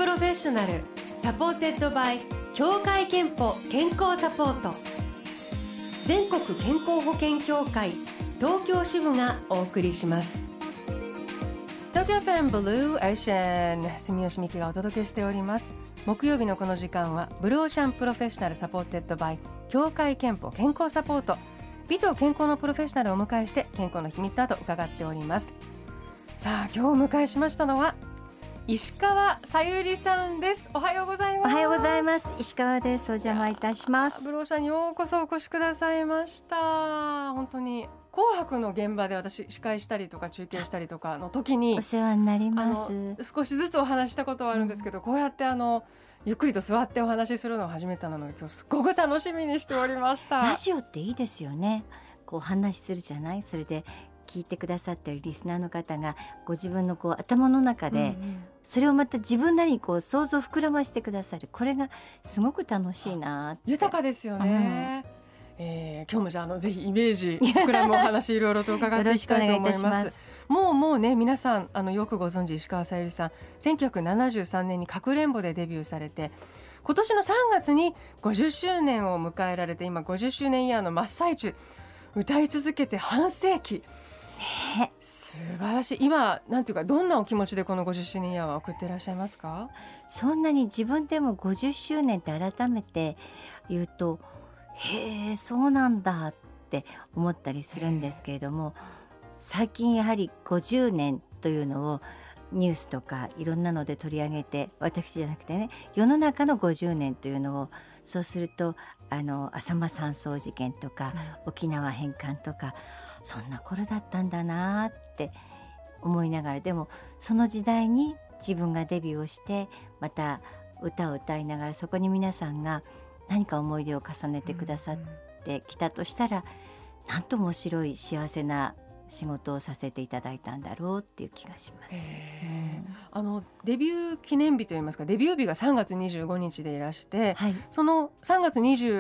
プロフェッショナルサポーテッドバイ協会憲法健康サポート、全国健康保険協会東京支部がお送りします。東京フェンブルーオーシャン、住吉美希がお届けしております。木曜日のこの時間はブルーオーシャンプロフェッショナルサポーテッドバイ協会憲法健康サポート、美と健康のプロフェッショナルをお迎えして健康の秘密など伺っております。さあ、今日お迎えしましたのは石川さゆりさんです。おはようございます。 おはようございます。石川です。お邪魔いたします。 ブローシャンにようこそお越しくださいました。本当に紅白の現場で私司会したりとか中継したりとかの時にお世話になります。 少しずつお話したことはあるんですけど、こうやってゆっくりと座ってお話しするのを初めてなので、今日すごく楽しみにしておりました。 ラジオっていいですよね。こう話するじゃない。それで聞いてくださっているリスナーの方がご自分のこう頭の中で、それをまた自分なりにこう想像膨らましてくださる。これがすごく楽しいなって。 豊かですよね。今日もじゃあぜひイメージ膨らむお話いろいろと伺っていきたいと思います。もうね、皆さんよくご存知石川さゆりさん、1973年にかくれんぼでデビューされて、今年の3月に50周年を迎えられて、今50周年イヤーの真っ最中、歌い続けて半世紀、素晴らしい。今なんていうか、どんなお気持ちでこの50周年イヤーは送っていらっしゃいますか？ そんなに自分でも50周年って改めて言うと、へえそうなんだって思ったりするんですけれども、最近やはり50年というのをニュースとかいろんなので取り上げて、私じゃなくてね、世の中の50年というのを、そうすると浅間山荘事件とか、沖縄返還とか、そんな頃だったんだなって思いながら、でもその時代に自分がデビューをしてまた歌を歌いながら、そこに皆さんが何か思い出を重ねてくださってきたとしたら、なんと面白い幸せな仕事をさせていただいたんだろうっていう気がします。 デビュー記念日といいますか、デビュー日が3月25日でいらして、 はい、 その3月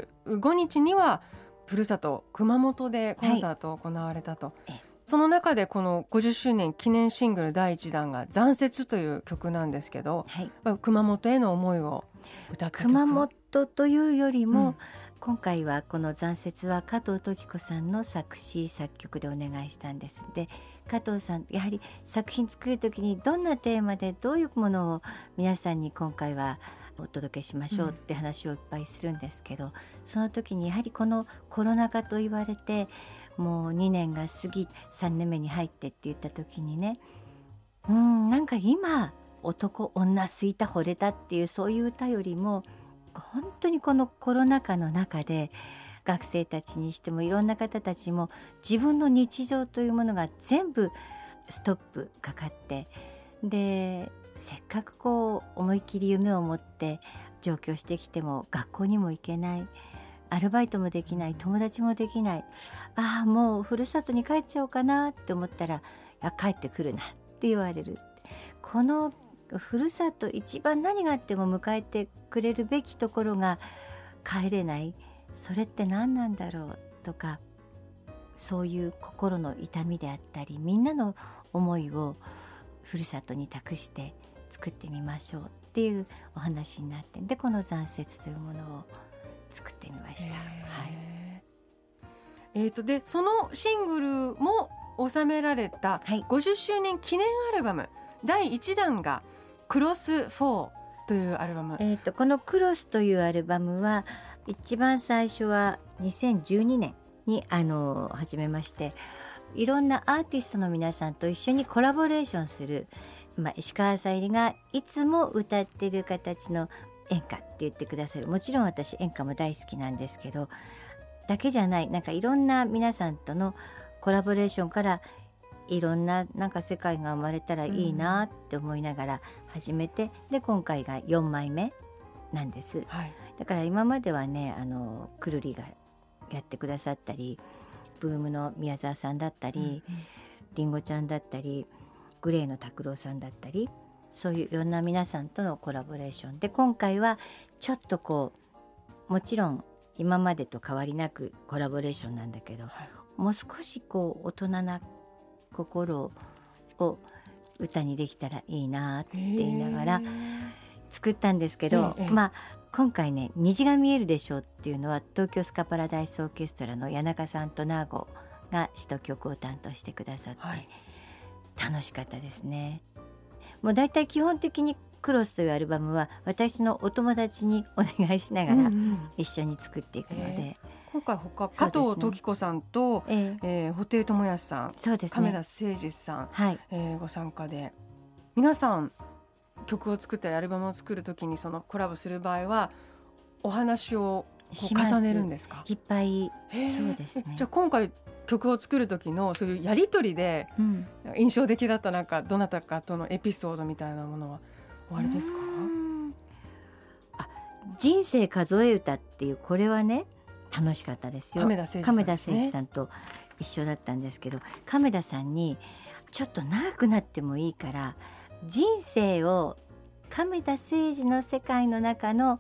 25日にはふるさと熊本でコンサートを行われたと、その中でこの50周年記念シングル第1弾が残雪という曲なんですけど、熊本への思いを歌った曲。 熊本というよりも、今回はこの残雪は加藤登紀子さんの作詞作曲でお願いしたんです。で、加藤さんやはり作品作る時にどんなテーマでどういうものを皆さんに今回はお届けしましょうって話をいっぱいするんですけど、その時にやはりこのコロナ禍と言われてもう2年が過ぎ3年目に入ってって言った時にね、なんか今男女すいた惚れたっていうそういう歌よりも、本当にこのコロナ禍の中で学生たちにしてもいろんな方たちも自分の日常というものが全部ストップかかって、でせっかくこう思いっきり夢を持って上京してきても学校にも行けない、アルバイトもできない、友達もできない、もうふるさとに帰っちゃおうかなって思ったら、帰ってくるなって言われる。このふるさと、一番何があっても迎えてくれるべきところが帰れない、それって何なんだろうとか、そういう心の痛みであったり、みんなの思いをふるさとに託して作ってみましょうっていうお話になって、でこの残雪というものを作ってみました。 でそのシングルも収められた50周年記念アルバム、第1弾がクロス4というアルバム。 このクロスというアルバムは一番最初は2012年に始めまして、いろんなアーティストの皆さんと一緒にコラボレーションする、石川さゆりがいつも歌っている形の演歌って言ってくださる。もちろん私演歌も大好きなんですけど、だけじゃない、なんかいろんな皆さんとのコラボレーションからいろんななんか世界が生まれたらいいなって思いながら始めて、で今回が4枚目なんです、だから今まではね、くるりがやってくださったり、ブームの宮沢さんだったり、りんごちゃんだったり、グレーの拓郎さんだったり、そういういろんな皆さんとのコラボレーションで、今回はちょっとこう、もちろん今までと変わりなくコラボレーションなんだけど、もう少しこう大人な心を歌にできたらいいなって言いながら、 作ったんですけど、今回ね虹が見えるでしょうっていうのは東京スカパラダイスオーケストラの谷中さんとナーゴが詩と曲を担当してくださって、楽しかったですね。もうだいたい基本的にクロスというアルバムは私のお友達にお願いしながら一緒に作っていくので、 今回加藤時子さんと、布袋寅泰さん、 そうですね、 亀田誠司さん、ご参加で、皆さん曲を作ったりアルバムを作るときにそのコラボする場合はお話を重ねるんですか？ いっぱい。そうですね。 じゃあ今回曲を作る時のそういうやり取りで印象的だったなんかどなたかとのエピソードみたいなものはおありですか？ 人生数え歌っていう、これはね楽しかったですよ。亀田誠司さんと一緒だったんですけど、亀田さんにちょっと長くなってもいいから人生を亀田誠司の世界の中の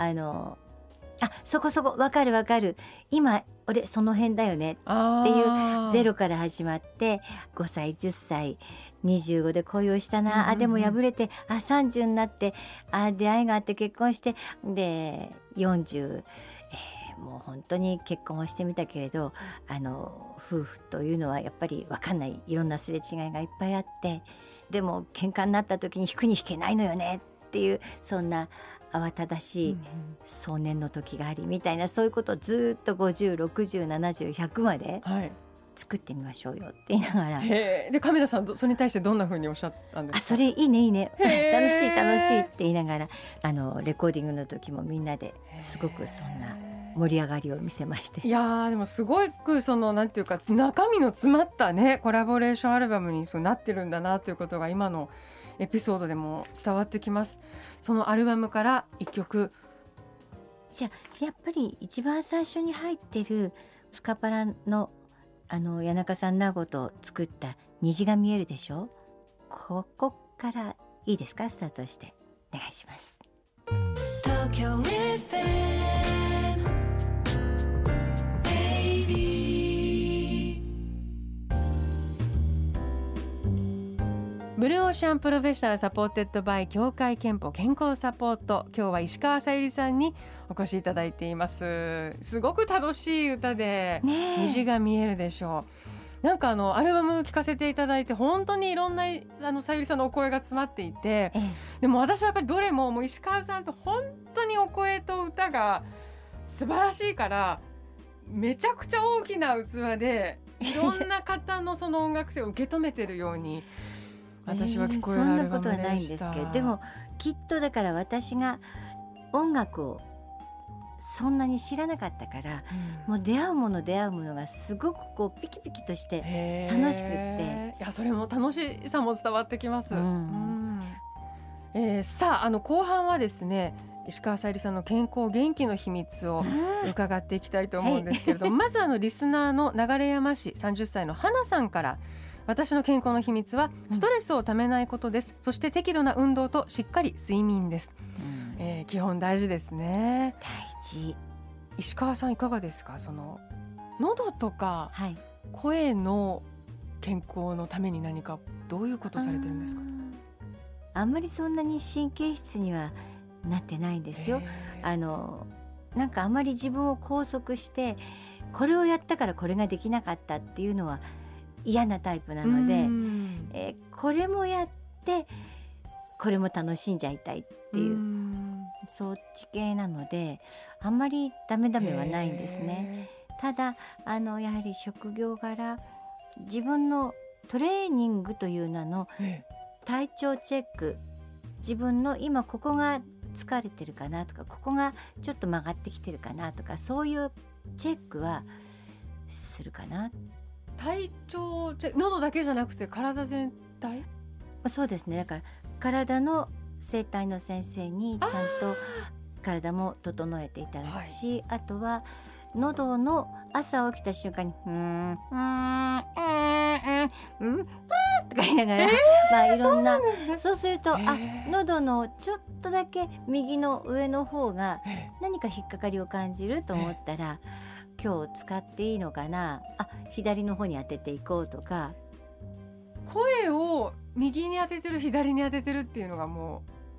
そこわかる今俺その辺だよねっていうゼロから始まって5歳10歳25で恋をしたな、でも破れて30になって出会いがあって結婚してで40、もう本当に結婚をしてみたけれど夫婦というのはやっぱり分かんない、いろんなすれ違いがいっぱいあって、でも喧嘩になった時に引くに引けないのよねっていう、そんな慌ただしい壮年の時がありみたいな、そういうことをずっと50、60、70、100まで作ってみましょうよって言いながら、 で亀田さんそれに対してどんな風におっしゃったんですか？ それいいね楽しいって言いながらレコーディングの時もみんなですごくそんな盛り上がりを見せまして、 いやでもすごくそのなんていうか中身の詰まったねコラボレーションアルバムにそうなってるんだなということが今のエピソードでも伝わってきます。そのアルバムから一曲、 やっぱり一番最初に入ってるスカパラの谷中さんナーゴと作った虹が見えるでしょ、ここからいいですか、スタートしてお願いします。東京 FM ブルーオーシャンプロフェッショナルサポーテッドバイ協会憲法健康サポート、今日は石川さゆりさんにお越しいただいています。すごく楽しい歌で、虹が見えるでしょう。なんかアルバム聴かせていただいて本当にいろんなさゆりさんのお声が詰まっていて、でも私はやっぱりどれも石川さんと本当にお声と歌が素晴らしいから、めちゃくちゃ大きな器でいろんな方のその音楽性を受け止めてるように私は聞こえるアルバムでした。 そんなことはないんですけど、でもきっとだから私が音楽をそんなに知らなかったから、もう出会うものがすごくこうピキピキとして楽しくって、 いやそれも楽しさも伝わってきます。さあ後半はですね、石川さゆりさんの健康元気の秘密を伺っていきたいと思うんですけれども、まずリスナーの流山市30歳の花さんから、私の健康の秘密はストレスをためないことです、そして適度な運動としっかり睡眠です、基本大事ですね。 大事。 石川さんいかがですか、その喉とか声の健康のために何かどういうことされてるんですか？ あんまりそんなに神経質にはなってないんですよ。なんかあまり自分を拘束してこれをやったからこれができなかったっていうのは嫌なタイプなので、これもやってこれも楽しんじゃいたいっていうそっち系なので、あんまりダメはないんですね。ただやはり職業柄自分のトレーニングという名の体調チェック、自分の今ここが疲れてるかなとか、ここがちょっと曲がってきてるかなとか、そういうチェックはするかな。 体調チェック、喉だけじゃなくて体全体？ そうですね。だから体の整体の先生にちゃんと体も整えていただくし、あとは喉の朝起きた瞬間にとか言いながら、いろんな、そうすると喉のちょっとだけ右の上の方が何か引っかかりを感じると思ったら、今日使っていいのかな、左の方に当てていこうとか。 声を右に当ててる左に当ててるっていうのがもう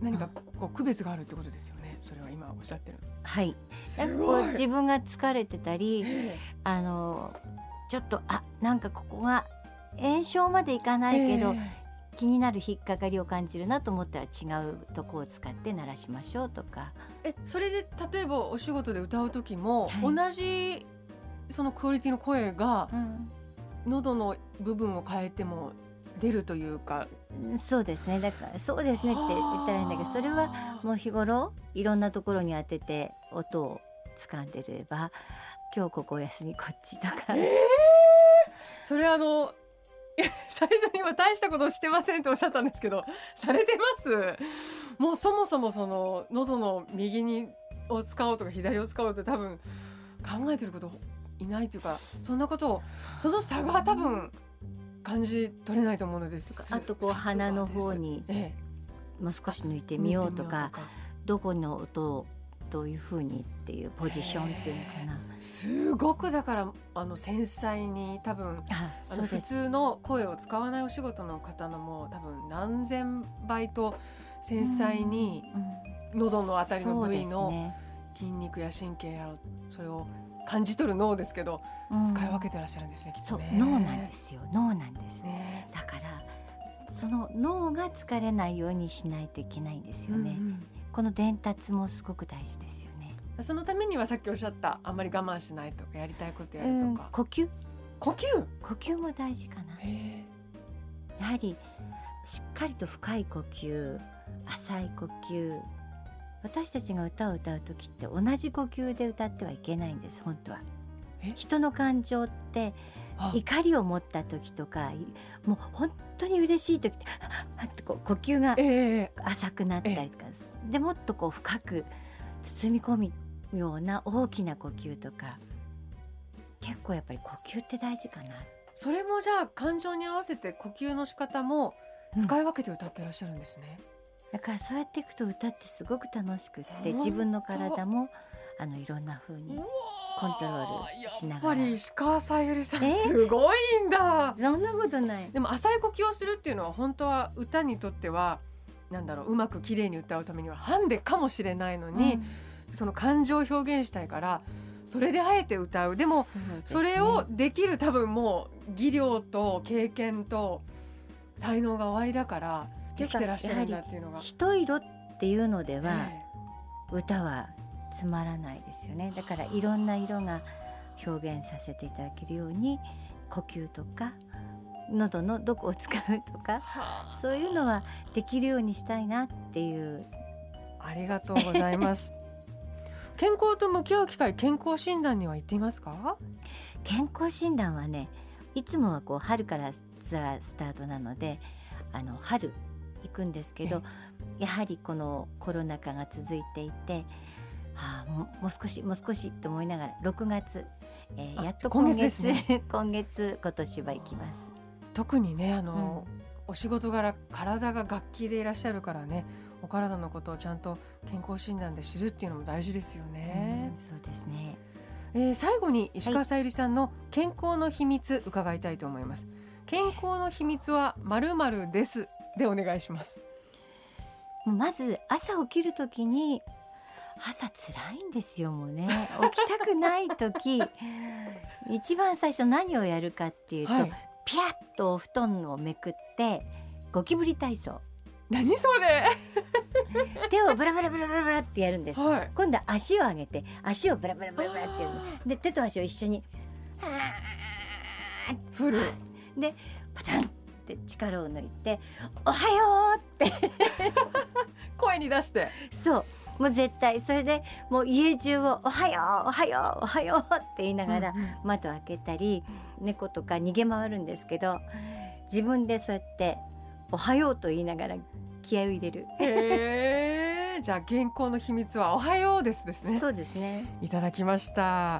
何かこう区別があるってことですよね。それは今おっしゃってる。 はい。 すこごい。 う自分が疲れてたり、ちょっとなんかここが炎症までいかないけど、気になる引っかかりを感じるなと思ったら違うとこを使って鳴らしましょうとか。 それで例えばお仕事で歌う時も、 はい同じそのクオリティの声が喉の部分を変えても出るというか。 そうですね。だからそうですねって言ったらいいんだけど、それはもう日頃いろんなところに当てて音を掴んでれば、今日ここお休みこっちとか、 それ最初には大したことしてませんっておっしゃったんですけど、されてます。もうそもそもその喉の右を使おうとか左を使おうって多分考えてることいないというか、そんなことをその差が多分感じ取れないと思うのです。 あとこう鼻の方にもう少し抜いてみようとか、どこの音をどういう風にっていうポジションっていうのかな。 すごくだから繊細に多分普通の声を使わないお仕事の方のも多分何千倍と繊細に喉のあたりの部位の筋肉や神経やそれを感じ取る脳ですけど、使い分けてらっしゃるんですね、きっとね。 そう、脳なんですよ。脳なんですね。だからその脳が疲れないようにしないといけないんですよね。この伝達もすごく大事ですよね。 そのためにはさっきおっしゃったあんまり我慢しないとか、やりたいことやるとか、 呼吸も大事かな。やはりしっかりと深い呼吸、浅い呼吸。私たちが歌を歌う時って同じ呼吸で歌ってはいけないんです。本当は人の感情って怒りを持った時とか、もう本当に嬉しい時ってこう呼吸が浅くなったりとか、でもっとこう深く包み込むような大きな呼吸とか、結構やっぱり呼吸って大事かな。 それもじゃあ感情に合わせて呼吸の仕方も使い分けて歌ってらっしゃるんですね。 だからそうやっていくと歌ってすごく楽しくって、自分の体もいろんな風にコントロールしながら。 やっぱり石川さゆりさんすごいんだ。 そんなことない。 でも浅い呼吸をするっていうのは本当は歌にとってはうまく綺麗に歌うためにはハンデかもしれないのに、その感情を表現したいからそれであえて歌う。でもそれをできる多分もう技量と経験と才能が終わりだからできてらっしゃるんだっていうのが。 一色っていうのでは歌はつまらないですよね。だからいろんな色が表現させていただけるように、呼吸とか喉のどこを使うとか、そういうのはできるようにしたいなっていう。 ありがとうございます健康と向き合う機会、健康診断には行っていますか？ 健康診断はね、いつもはこう春からツアースタートなので春行くんですけど、やはりこのコロナ禍が続いていて、もう少しと思いながら6月、やっと今月ですね今月今年は行きます。 特にねお仕事柄体が楽器でいらっしゃるからね、お体のことをちゃんと健康診断で知るっていうのも大事ですよね。 そうですね。 最後に石川さゆりさんの健康の秘密伺いたいと思います。健康の秘密は〇〇ですでお願いします。 まず朝起きるときに、朝辛いんですよ。もうね、起きたくない時一番最初何をやるかっていうと、ピャッとお布団をめくってゴキブリ体操。 何それ手をブラブラブラブラブラってやるんです、今度は足を上げて足をブラブラブラブラってやるので、手と足を一緒に振るでパタンって力を抜いておはようって声に出して、 そうもう絶対それでもう家中をおはようおはようおはようって言いながら窓開けたり、猫とか逃げ回るんですけど、自分でそうやっておはようと言いながら気合を入れる。 じゃあ健康の秘密はおはようですね。 そうですね。 いただきました。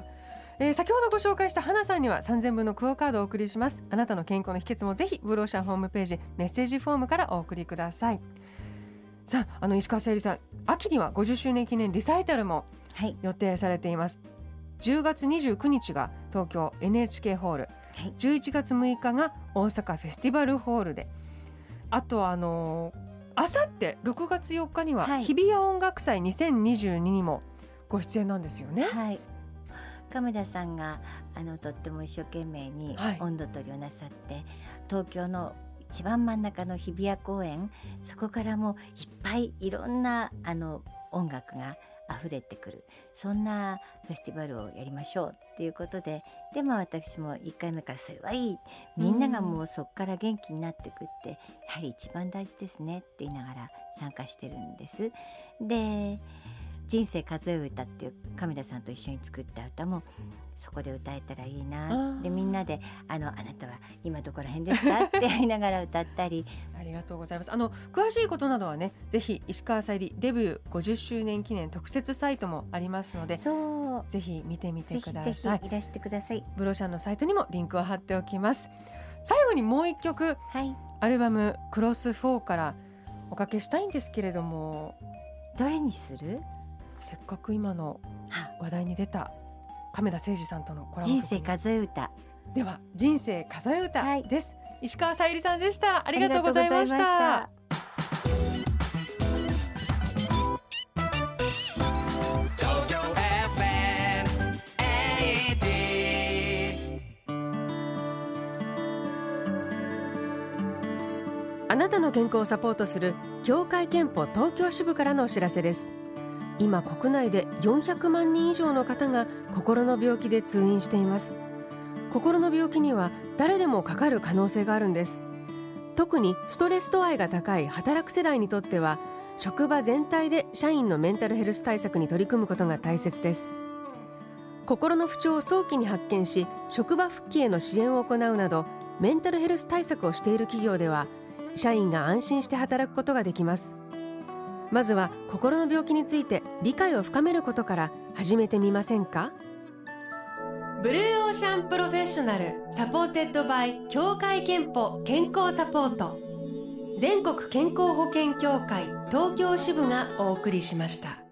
先ほどご紹介した花さんには3000分のクオカードをお送りします。あなたの健康の秘訣もぜひブローシャンホームページメッセージフォームからお送りください。さあ、石川さゆりさん、秋には50周年記念リサイタルも予定されています、10月29日が東京 NHK ホール、11月6日が大阪フェスティバルホールで、あとあさって6月4日には、 はい、 日比谷音楽祭2022にもご出演なんですよね。 はい、亀田さんがとっても一生懸命に音頭取りをなさって、東京の一番真ん中の日比谷公園、そこからもいっぱいいろんな音楽が溢れてくる、そんなフェスティバルをやりましょうっていうことで、で私も1回目からそれはいい、みんながもうそこから元気になってくってやはり一番大事ですねって言いながら参加してるんです。で、人生数え歌っていう亀田さんと一緒に作った歌もそこで歌えたらいいな。で、みんなであなたは今どこら辺ですかって言いながら歌ったりありがとうございます。詳しいことなどはね、ぜひ石川さゆりデビュー50周年記念特設サイトもありますので、ぜひ見てみてください。 ぜひいらしてください。 ブロシャンのサイトにもリンクを貼っておきます。最後にもう一曲、アルバムクロス4からおかけしたいんですけれども、 どれにする？ せっかく今の話題に出た亀田誠治さんとのコラボ曲、 人生数え歌では人生数え歌です。石川さゆりさんでした。ありがとうございました。あなたの健康をサポートする協会憲法東京支部からのお知らせです。今国内で400万人以上の方が心の病気で通院しています。心の病気には誰でもかかる可能性があるんです。特にストレス度合いが高い働く世代にとっては、職場全体で社員のメンタルヘルス対策に取り組むことが大切です。心の不調を早期に発見し、職場復帰への支援を行うなどメンタルヘルス対策をしている企業では、社員が安心して働くことができます。まずは心の病気について理解を深めることから始めてみませんか？ブルーオーシャンプロフェッショナルサポーテッドバイ協会憲法健康サポート、全国健康保険協会東京支部がお送りしました。